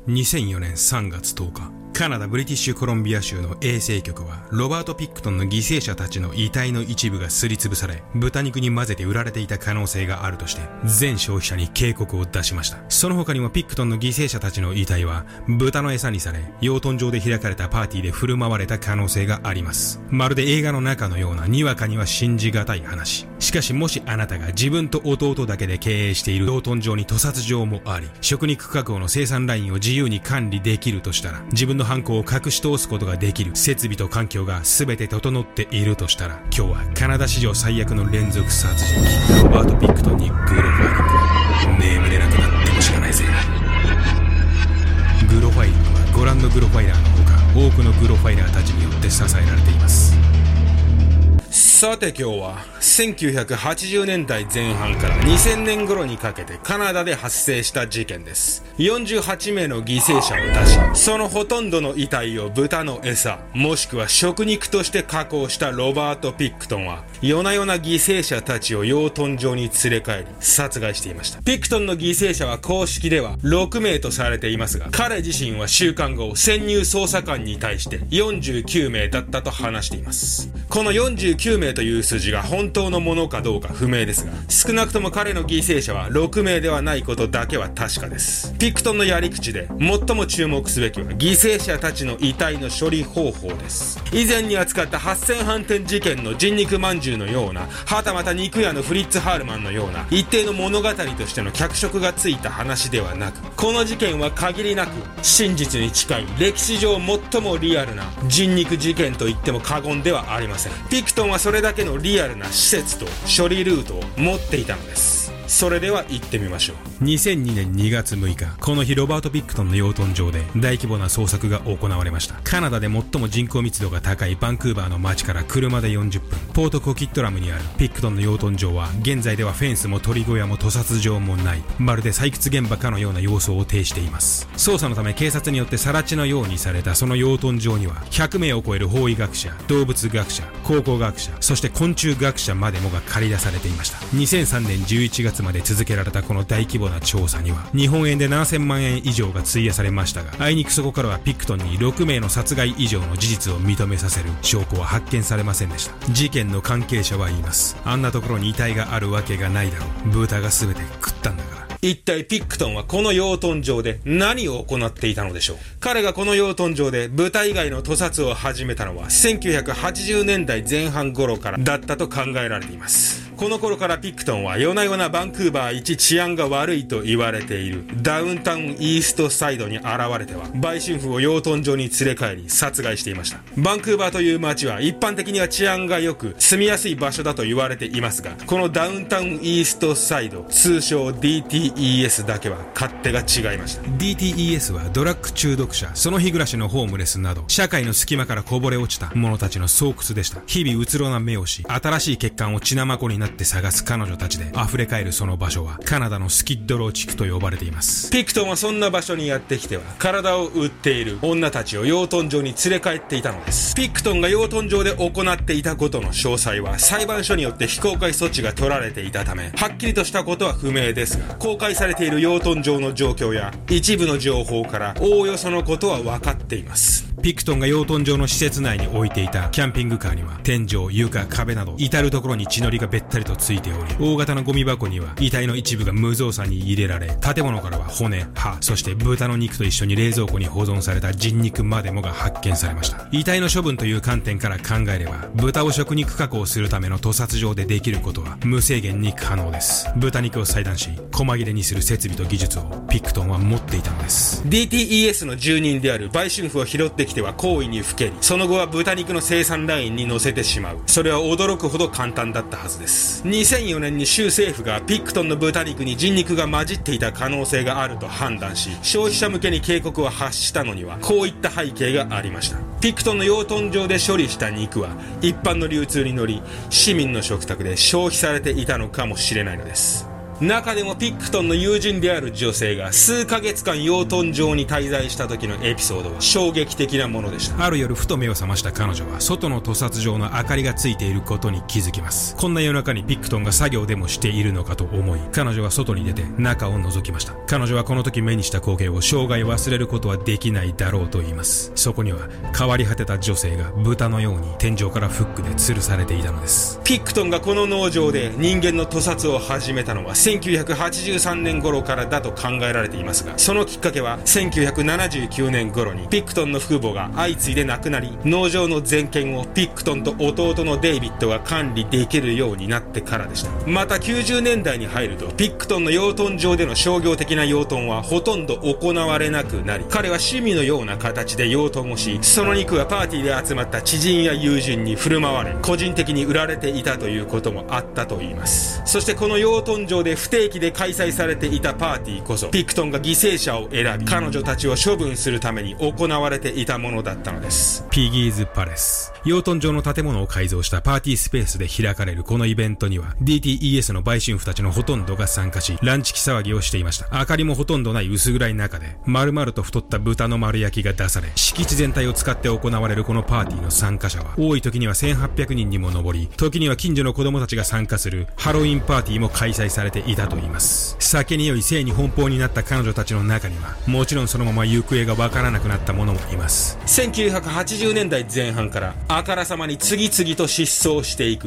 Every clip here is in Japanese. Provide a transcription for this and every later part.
2004年3月10日、カナダ・ブリティッシュコロンビア州の衛生局はロバート・ピックトンの犠牲者たちの遺体の一部がすりつぶされ豚肉に混ぜて売られていた可能性があるとして全消費者に警告を出しました。その他にもピックトンの犠牲者たちの遺体は豚の餌にされ養豚場で開かれたパーティーで振る舞われた可能性があります。まるで映画の中のようなにわかには信じがたい話。しかしもしあなたが自分と弟だけで経営している養豚場に屠殺場もあり食肉加工の生産ラインを自由に管理できるとしたら自分の犯行を隠し通すことができる設備と環境が全て整っているとしたら今日はカナダ史上最悪の連続殺人鬼ロバート・ピックトンにグロファイリング。眠れなくなっても知らないぜ。グロファイリングはご覧のグロファイラーのほか多くのグロファイラーたちによって支えられています。さて今日は1980年代前半から2000年頃にかけてカナダで発生した事件です。48名の犠牲者を出し、そのほとんどの遺体を豚の餌、もしくは食肉として加工したロバート・ピックトンは夜な夜な犠牲者たちを養豚場に連れ帰り殺害していました。ピックトンの犠牲者は公式では6名とされていますが、彼自身は週間後潜入捜査官に対して49名だったと話しています。この49名という数字が本当のものかどうか不明ですが、少なくとも彼の犠牲者は6名ではないことだけは確かです。ピクトンのやり口で最も注目すべきは犠牲者たちの遺体の処理方法です。以前に扱った8000反転事件の人肉まんじゅうのような、はたまた肉屋のフリッツ・ハールマンのような一定の物語としての脚色がついた話ではなく、この事件は限りなく真実に近い歴史上最もリアルな人肉事件と言っても過言ではありません。ピクトンはそれだけのリアルな施設と処理ルートを持っていたのです。それでは行ってみましょう。2002年2月6日、この日ロバート・ピックトンの養豚場で大規模な捜索が行われました。カナダで最も人口密度が高いバンクーバーの街から車で40分、ポートコキットラムにあるピックトンの養豚場は現在ではフェンスも鳥小屋も屠殺場もない、まるで採掘現場かのような様相を呈しています。捜査のため警察によって更地のようにされたその養豚場には100名を超える法医学者、動物学者、考古学者、そして昆虫学者までもが駆り出されていました。2003年11月まで続けられたこの大規模な調査には日本円で7000万円以上が費やされましたが、あいにくそこからはピックトンに6名の殺害以上の事実を認めさせる証拠は発見されませんでした。事件の関係者は言います。あんなところに遺体があるわけがないだろう。豚が全て食ったんだから。一体ピックトンはこの養豚場で何を行っていたのでしょう。彼がこの養豚場で豚以外の屠殺を始めたのは1980年代前半頃からだったと考えられています。この頃からピックトンは夜な夜なバンクーバー一治安が悪いと言われているダウンタウンイーストサイドに現れては売春婦を養豚場に連れ帰り殺害していました。バンクーバーという街は一般的には治安が良く住みやすい場所だと言われていますが、このダウンタウンイーストサイド、通称 DTES だけは勝手が違いました。 DTES はドラッグ中毒者、その日暮らしのホームレスなど社会の隙間からこぼれ落ちた者たちの巣窟でした。日々うつろな目をし新しい血管を血なまこになって探す彼女たちで溢れ返るその場所はカナダのスキッドロー地区と呼ばれています。ピクトンはそんな場所にやってきては体を売っている女たちを養豚場に連れ帰っていたのです。ピクトンが養豚場で行っていたことの詳細は裁判所によって非公開措置が取られていたためはっきりとしたことは不明ですが、公開されている養豚場の状況や一部の情報からおおよそのことは分かっています。ピクトンが養豚場の施設内に置いていたキャンピングカーには天井、床、壁など至るところに血のりがべったりとついており、大型のゴミ箱には遺体の一部が無造作に入れられ、建物からは骨、歯、そして豚の肉と一緒に冷蔵庫に保存された人肉までもが発見されました。遺体の処分という観点から考えれば豚を食肉加工するための屠殺場でできることは無制限に可能です。豚肉を裁断し細切れにする設備と技術をピクトンは持っていたのです。 DTES の住人である売春婦を拾ってきては行為にふけり、その後は豚肉の生産ラインに乗せてしまう。それは驚くほど簡単だったはずです。2004年に州政府がピックトンの豚肉に人肉が混じっていた可能性があると判断し、消費者向けに警告を発したのにはこういった背景がありました。ピクトンの養豚場で処理した肉は一般の流通に乗り、市民の食卓で消費されていたのかもしれないのです。 中でもピクトンの友人である女性が数ヶ月間養豚場に滞在した時のエピソードは衝撃的なものでした。ある夜ふと目を覚ました彼女は外の屠殺場の明かりがついていることに気づきます。こんな夜中にピクトンが作業でもしているのかと思い、彼女は外に出て中を覗きました。彼女はこの時目にした光景を生涯忘れることはできないだろうと言います。そこには変わり果てた女性が豚のように天井からフックで吊るされていたのです。ピクトンがこの農場で人間の屠殺を始めたのは1983年頃からだと考えられていますが、そのきっかけは1979年頃にピクトンの父母が相次いで亡くなり、農場の全権をピクトンと弟のデイビッドが管理できるようになってからでした。また90年代に入るとピクトンの養豚場での商業的な養豚はほとんど行われなくなり、彼は趣味のような形で養豚をし、その肉はパーティーで集まった知人や友人に振る舞われ、個人的に売られていたということもあったといいます。そしてこの養豚場で不定期で開催されていたパーティーこそピクトンが犠牲者を選び彼女たちを処分するために行われていたものだったのです。ピギーズパレス、養豚場の建物を改造したパーティースペースで開かれるこのイベントには DTES の売春婦たちのほとんどが参加し、ランチキ騒ぎをしていました。明かりもほとんどない薄暗い中で丸々と太った豚の丸焼きが出され、敷地全体を使って行われるこのパーティーの参加者は多い時には1800人にも上り、時には近所の子供たちが参加するハロウィンパーティーも開催されていたといいます。酒に酔い性に奔放になった彼女たちの中にはもちろんそのまま行方がわからなくなった者もいます。1980年代前半からあからさまに次々と失踪していく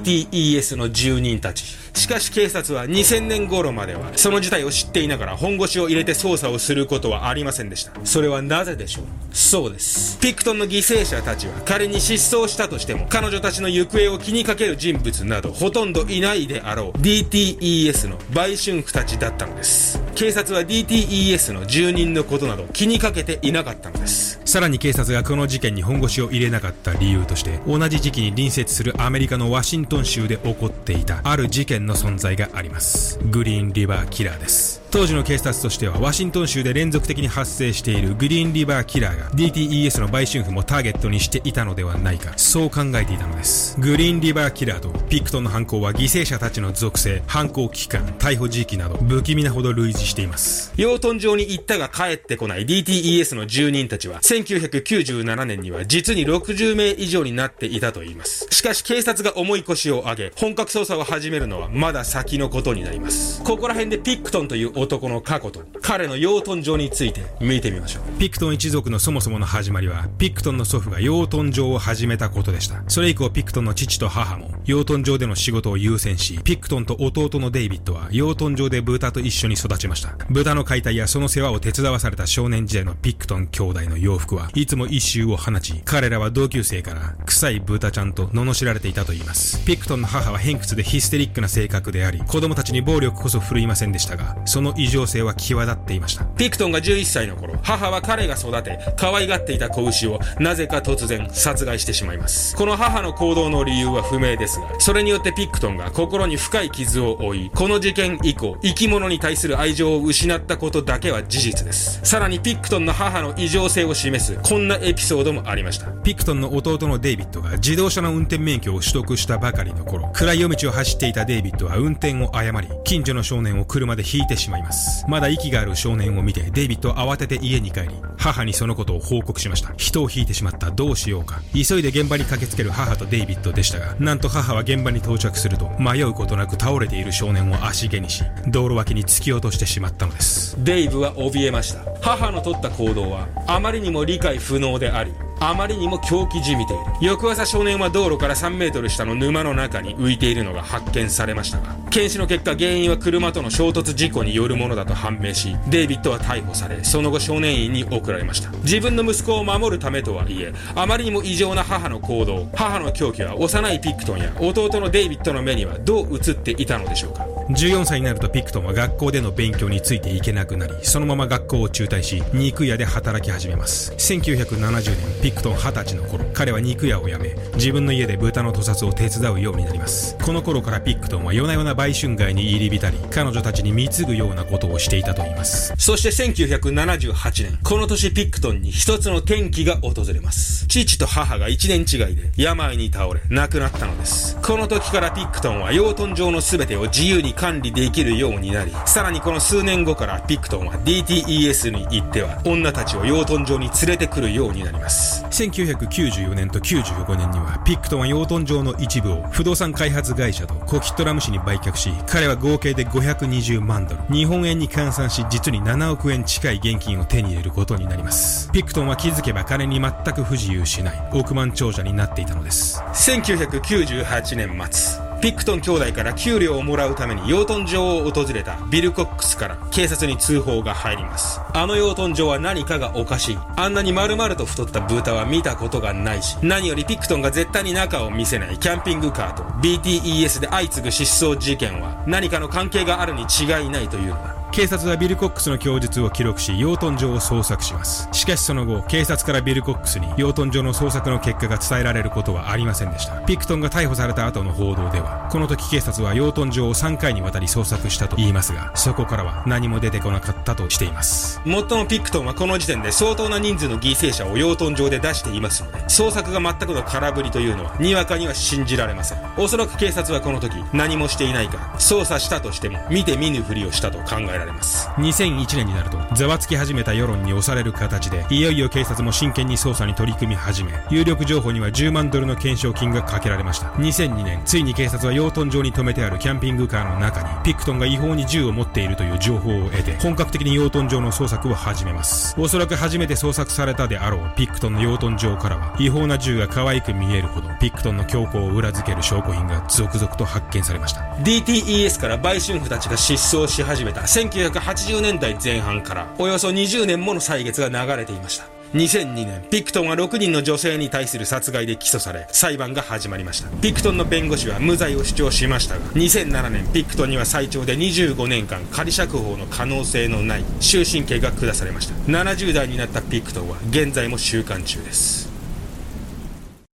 DTES の住人たち。しかし警察は2000年頃まではその事態を知っていながら本腰を入れて捜査をすることはありませんでした。それはなぜでしょう。そうです、ピクトンの犠牲者たちは仮に失踪したとしても彼女たちの行方を気にかける人物などほとんどいないであろう DTES の売春婦たちだったのです。警察は DTES の住人のことなど気にかけていなかったのです。さらに警察がこの事件に本腰を入れなかった理由として、同じ時期に隣接するアメリカのワシントン州で起こっていたある事件の存在があります。グリーンリバーキラーです。当時の警察としてはワシントン州で連続的に発生しているグリーンリバーキラーが DTES の売春婦もターゲットにしていたのではないか、そう考えていたのです。グリーンリバーキラーとピクトンの犯行は犠牲者たちの属性、犯行期間、逮捕時期など不気味なほど類似しています。養豚場に行ったが帰ってこない DTES の住人たちは1997年には実に60名以上になっていたといいます。しかし警察が重い腰を上げ本格捜査を始めるのはまだ先のことになります。ここら辺でピクトンという男の過去と彼の養豚場について見てみましょう。ピクトン一族のそもそもの始まりはピクトンの祖父が養豚場を始めたことでした。それ以降ピクトンの父と母も養豚場での仕事を優先し、ピクトンと弟のデイビッドは養豚場で豚と一緒に育ちました。豚の解体やその世話を手伝わされた少年時代のピクトン兄弟の洋服はいつも一周を放ち、彼らは同級生から臭い豚ちゃんと罵られていたといいます。ピクトンの母は偏屈でヒステリックな性格であり、子供たちに暴力こそ振るいませんでしたが、その異常性は際立っていました。ピクトンが11歳の頃、母は彼が育て可愛がっていた子牛をなぜか突然殺害してしまいます。この母の行動の理由は不明ですが、それによってピクトンが心に深い傷を負い、この事件以降生き物に対する愛情を失ったことだけは事実です。さらにピクトンの母の異常性を示すこんなエピソードもありました。ピクトンの弟のデイビッドが自動車の運転免許を取得したばかりの頃、暗い夜道を走っていたデイビッドは運転を誤り、近所の少年を車で引いてしまいます。まだ息がある少年を見てデイビッドは慌てて家に帰り、母にそのことを報告しました。人を引いてしまった、どうしようか。急いで現場に駆けつける母とデイビッドでしたが、なんと母は現場に到着すると迷うことなく倒れている少年を足蹴にし、道路脇に突き落としてしまったのです。デイブは怯えました。母の取った行動はあまりにも理解不能であり、あまりにも狂気じみている。翌朝少年は道路から3メートル下の沼の中に浮いているのが発見されましたが、検視の結果原因は車との衝突事故によるものだと判明し、デイビッドは逮捕され、その後少年院に送られました。自分の息子を守るためとはいえ、あまりにも異常な母の行動、母の狂気は幼いピクトンや弟のデイビッドの目にはどう映っていたのでしょうか。14歳になるとピクトンは学校での勉強についていけなくなり、そのまま学校を中退し肉屋で働き始めます。1970年、ピクトン20歳の頃、彼は肉屋を辞め自分の家で豚の屠殺を手伝うようになります。この頃からピクトンは夜な夜な売春街に入り浸り、彼女たちに貢ぐようなことをしていたといいます。そして1978年、この年ピクトンに一つの転機が訪れます。父と母が1年違いで病に倒れ亡くなったのです。この時からピクトンは養豚場の全てを自由に管理できるようになり、さらにこの数年後からピクトンは DTES に行っては女たちを養豚場に連れてくるようになります。1994年と95年にはピクトンは養豚場の一部を不動産開発会社とコキットラム氏に売却し、彼は合計で520万ドル、日本円に換算し実に7億円近い現金を手に入れることになります。ピクトンは気づけば金に全く不自由しない億万長者になっていたのです。1998年末、ピクトン兄弟から給料をもらうために養豚場を訪れたビル・コックスから警察に通報が入ります。あの養豚場は何かがおかしい。あんなに丸々と太った豚は見たことがないし、何よりピクトンが絶対に中を見せないキャンピングカーと DTES で相次ぐ失踪事件は何かの関係があるに違いないというのだ。警察はビル・コックスの供述を記録し、養豚場を捜索します。しかしその後、警察からビル・コックスに養豚場の捜索の結果が伝えられることはありませんでした。ピクトンが逮捕された後の報道では、この時警察は養豚場を3回にわたり捜索したと言いますが、そこからは何も出てこなかったとしています。もっともピクトンはこの時点で相当な人数の犠牲者を養豚場で出していますので、捜索が全くの空振りというのはにわかには信じられません。おそらく警察はこの時何もしていないから、捜査したとしても見て見ぬふりをしたと考えられます。2001年になるとざわつき始めた世論に押される形で、いよいよ警察も真剣に捜査に取り組み始め、有力情報には10万ドルの懸賞金がかけられました。2002年、ついに警察は養豚場に止めてあるキャンピングカーの中にピクトンが違法に銃を持っているという情報を得て、本格的に養豚場の捜索を始めます。おそらく初めて捜索されたであろうピクトンの養豚場からは、違法な銃が可愛く見えるほどピクトンの強行を裏付ける証拠品が続々と発見されました。 DTES から売春婦たちが失踪し始めた1980年代前半からおよそ20年もの歳月が流れていました。2002年、ピクトンは6人の女性に対する殺害で起訴され、裁判が始まりました。ピクトンの弁護士は無罪を主張しましたが、2007年、ピクトンには最長で25年間仮釈放の可能性のない終身刑が下されました。70代になったピクトンは現在も収監中です。